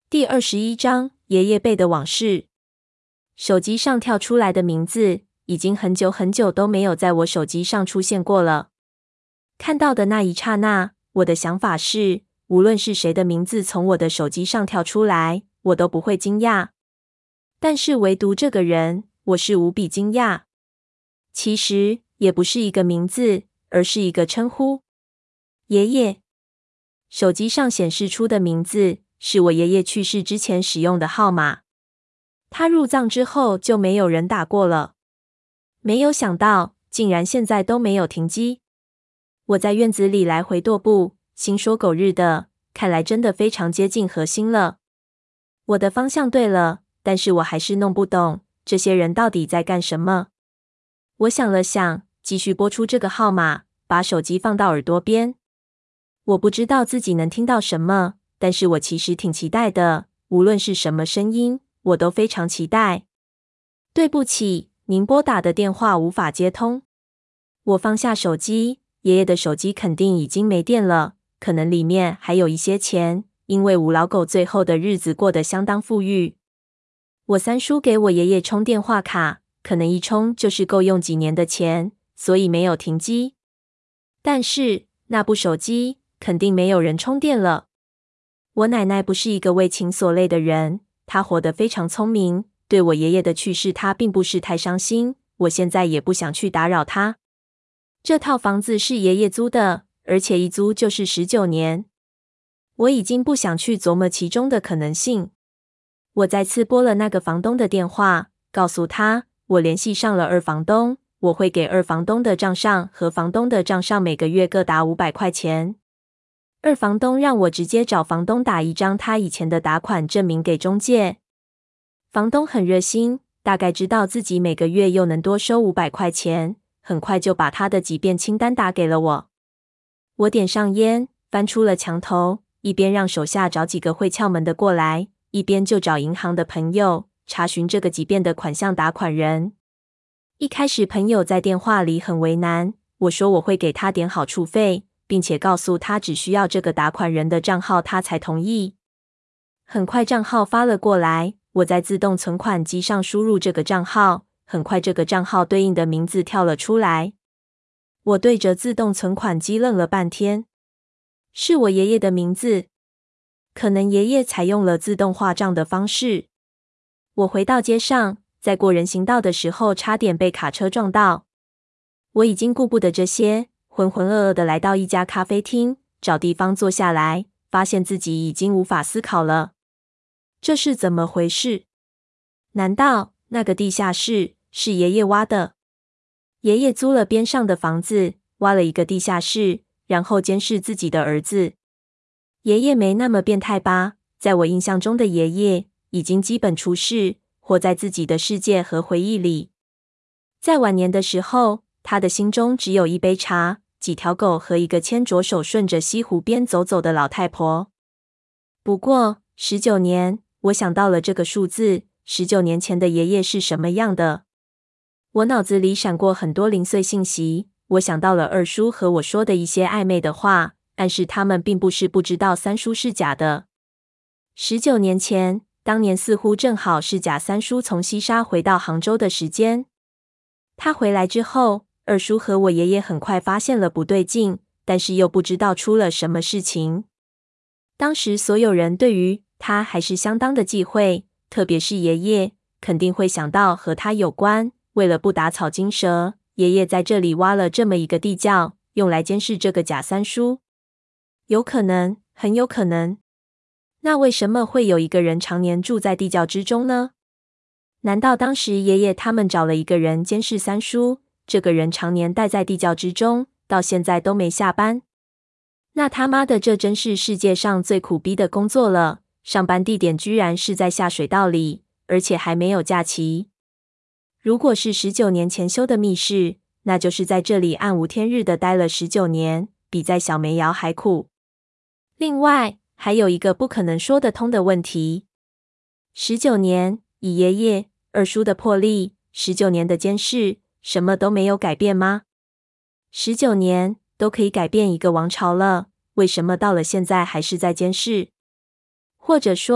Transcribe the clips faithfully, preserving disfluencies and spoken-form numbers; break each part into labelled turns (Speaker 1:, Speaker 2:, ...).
Speaker 1: 第二十一章爷爷辈的往事。手机上跳出来的名字，已经很久很久都没有在我手机上出现过了。看到的那一刹那，我的想法是，无论是谁的名字从我的手机上跳出来，我都不会惊讶。但是唯独这个人，我是无比惊讶。其实也不是一个名字，而是一个称呼。爷爷。手机上显示出的名字是我爷爷去世之前使用的号码。他入葬之后就没有人打过了。没有想到，竟然现在都没有停机。我在院子里来回踱步，心说狗日的，看来真的非常接近核心了。我的方向对了，但是我还是弄不懂，这些人到底在干什么。我想了想，继续拨出这个号码，把手机放到耳朵边。我不知道自己能听到什么，但是我其实挺期待的，无论是什么声音，我都非常期待。对不起，您拨打的电话无法接通。我放下手机，爷爷的手机肯定已经没电了，可能里面还有一些钱，因为吴老狗最后的日子过得相当富裕。我三叔给我爷爷充电话卡，可能一充就是够用几年的钱，所以没有停机。但是那部手机肯定没有人充电了。我奶奶不是一个为情所累的人，她活得非常聪明，对我爷爷的去世她并不是太伤心，我现在也不想去打扰她。这套房子是爷爷租的，而且一租就是十九年。我已经不想去琢磨其中的可能性。我再次拨了那个房东的电话，告诉他我联系上了二房东，我会给二房东的账上和房东的账上每个月各打五百块钱。二房东让我直接找房东打一张他以前的打款证明给中介。房东很热心，大概知道自己每个月又能多收五百块钱，很快就把他的几遍清单打给了我。我点上烟，翻出了墙头，一边让手下找几个会窍门的过来，一边就找银行的朋友查询这个几遍的款项打款人。一开始朋友在电话里很为难，我说我会给他点好处费，并且告诉他只需要这个打款人的账号他才同意。很快账号发了过来，我在自动存款机上输入这个账号，很快这个账号对应的名字跳了出来。我对着自动存款机愣了半天，是我爷爷的名字。可能爷爷采用了自动化账的方式。我回到街上，在过人行道的时候差点被卡车撞到。我已经顾不得这些，浑浑噩噩的来到一家咖啡厅，找地方坐下来，发现自己已经无法思考了。这是怎么回事？难道那个地下室是爷爷挖的？爷爷租了边上的房子，挖了一个地下室，然后监视自己的儿子。爷爷没那么变态吧？在我印象中的爷爷已经基本出世，活在自己的世界和回忆里。在晚年的时候，他的心中只有一杯茶、几条狗和一个牵着手顺着西湖边走走的老太婆。不过十九年，我想到了这个数字，十九年前的爷爷是什么样的？我脑子里闪过很多零碎信息，我想到了二叔和我说的一些暧昧的话，暗示他们并不是不知道三叔是假的。十九年前，当年似乎正好是假三叔从西沙回到杭州的时间。他回来之后，二叔和我爷爷很快发现了不对劲，但是又不知道出了什么事情。当时所有人对于他还是相当的忌讳，特别是爷爷，肯定会想到和他有关。为了不打草惊蛇，爷爷在这里挖了这么一个地窖，用来监视这个假三叔。有可能，很有可能。那为什么会有一个人常年住在地窖之中呢？难道当时爷爷他们找了一个人监视三叔，这个人常年待在地窖之中，到现在都没下班？那他妈的，这真是世界上最苦逼的工作了，上班地点居然是在下水道里，而且还没有假期。如果是十九年前修的密室，那就是在这里暗无天日的待了十九年，比在小煤窑还苦。另外，还有一个不可能说得通的问题。十九年，以爷爷、二叔的魄力，十九年的监视，什么都没有改变吗？十九年都可以改变一个王朝了，为什么到了现在还是在监视？或者说，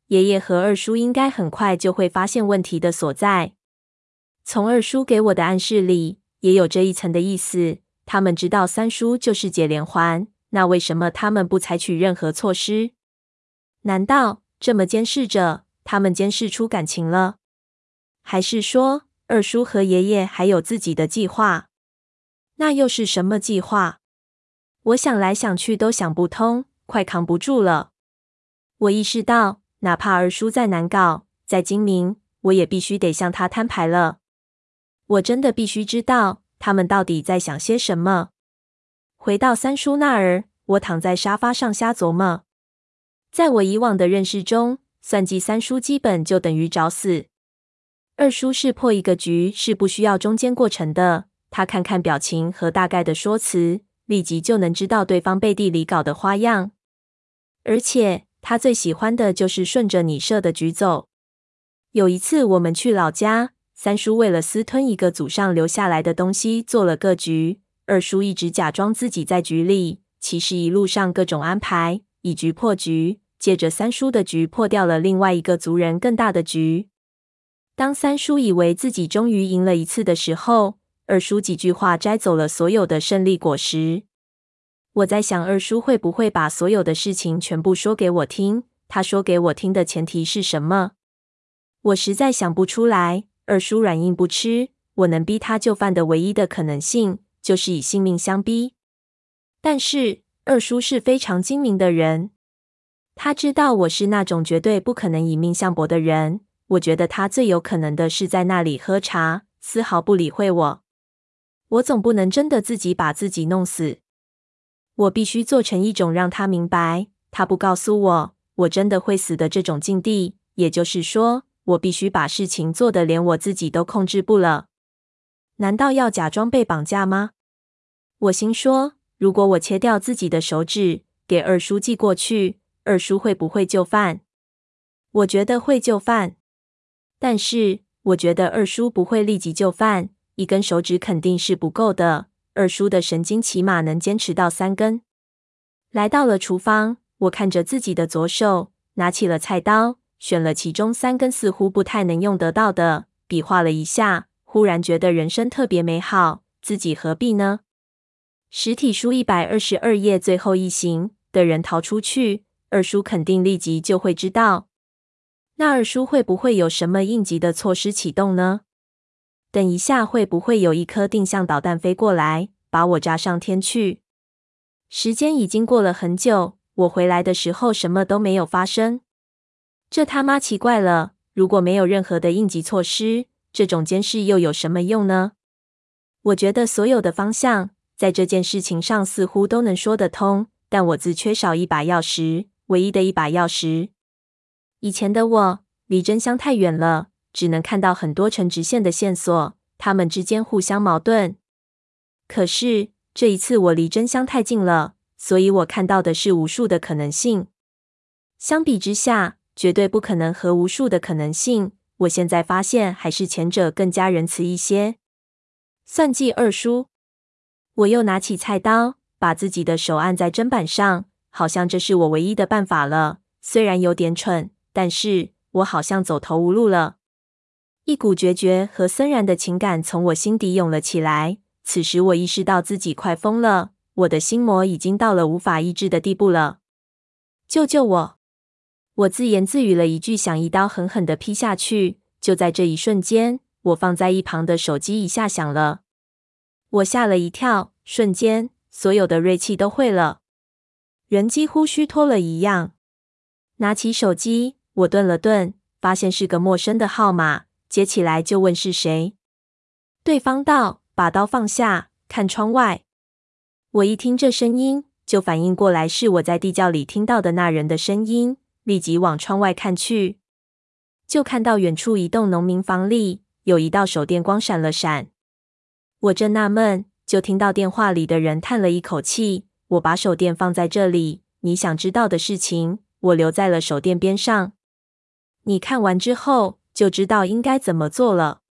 Speaker 1: 爷爷和二叔应该很快就会发现问题的所在。从二叔给我的暗示里，也有这一层的意思。他们知道三叔就是解连环，那为什么他们不采取任何措施？难道这么监视着，他们监视出感情了？还是说，二叔和爷爷还有自己的计划？那又是什么计划？我想来想去都想不通，快扛不住了。我意识到，哪怕二叔再难搞，再精明，我也必须得向他摊牌了。我真的必须知道他们到底在想些什么。回到三叔那儿，我躺在沙发上瞎琢磨。在我以往的认识中，算计三叔基本就等于找死。二叔识破一个局是不需要中间过程的，他看看表情和大概的说辞，立即就能知道对方背地里搞的花样。而且他最喜欢的就是顺着你设的局走。有一次我们去老家，三叔为了私吞一个祖上留下来的东西做了个局，二叔一直假装自己在局里，其实一路上各种安排，以局破局，借着三叔的局破掉了另外一个族人更大的局。当三叔以为自己终于赢了一次的时候，二叔几句话摘走了所有的胜利果实。我在想，二叔会不会把所有的事情全部说给我听？他说给我听的前提是什么？我实在想不出来。二叔软硬不吃，我能逼他就范的唯一的可能性，就是以性命相逼。但是二叔是非常精明的人，他知道我是那种绝对不可能以命相搏的人。我觉得他最有可能的是在那里喝茶，丝毫不理会我。我总不能真的自己把自己弄死。我必须做成一种让他明白，他不告诉我，我真的会死的这种境地。也就是说，我必须把事情做得连我自己都控制不了。难道要假装被绑架吗？我心说，如果我切掉自己的手指，给二叔寄过去，二叔会不会就范？我觉得会就范。但是，我觉得二叔不会立即就范，一根手指肯定是不够的，二叔的神经起码能坚持到三根。来到了厨房，我看着自己的左手，拿起了菜刀，选了其中三根似乎不太能用得到的，比划了一下，忽然觉得人生特别美好，自己何必呢？实体书一百二十二页最后一行的人逃出去，二叔肯定立即就会知道。那二叔会不会有什么应急的措施启动呢？等一下会不会有一颗定向导弹飞过来，把我炸上天去？时间已经过了很久，我回来的时候什么都没有发生。这他妈奇怪了，如果没有任何的应急措施，这种监视又有什么用呢？我觉得所有的方向在这件事情上似乎都能说得通，但我自缺少一把钥匙，唯一的一把钥匙。以前的我离真相太远了，只能看到很多成直线的线索，它们之间互相矛盾。可是这一次我离真相太近了，所以我看到的是无数的可能性。相比之下，绝对不可能和无数的可能性，我现在发现还是前者更加仁慈一些。算计二叔，我又拿起菜刀，把自己的手按在砧板上，好像这是我唯一的办法了。虽然有点蠢，但是我好像走投无路了。一股决绝和森然的情感从我心底涌了起来。此时我意识到自己快疯了，我的心魔已经到了无法抑制的地步了。救救我！我自言自语了一句，想一刀狠狠地劈下去。就在这一瞬间，我放在一旁的手机一下响了。我吓了一跳，瞬间所有的锐气都汇了，人几乎虚脱了一样。拿起手机，我顿了顿，发现是个陌生的号码，接起来就问是谁。对方道：把刀放下，看窗外。我一听这声音，就反应过来是我在地窖里听到的那人的声音，立即往窗外看去，就看到远处一栋农民房里有一道手电光闪了闪。我正纳闷，就听到电话里的人叹了一口气：我把手电放在这里，你想知道的事情我留在了手电边上，你看完之后就知道应该怎么做了。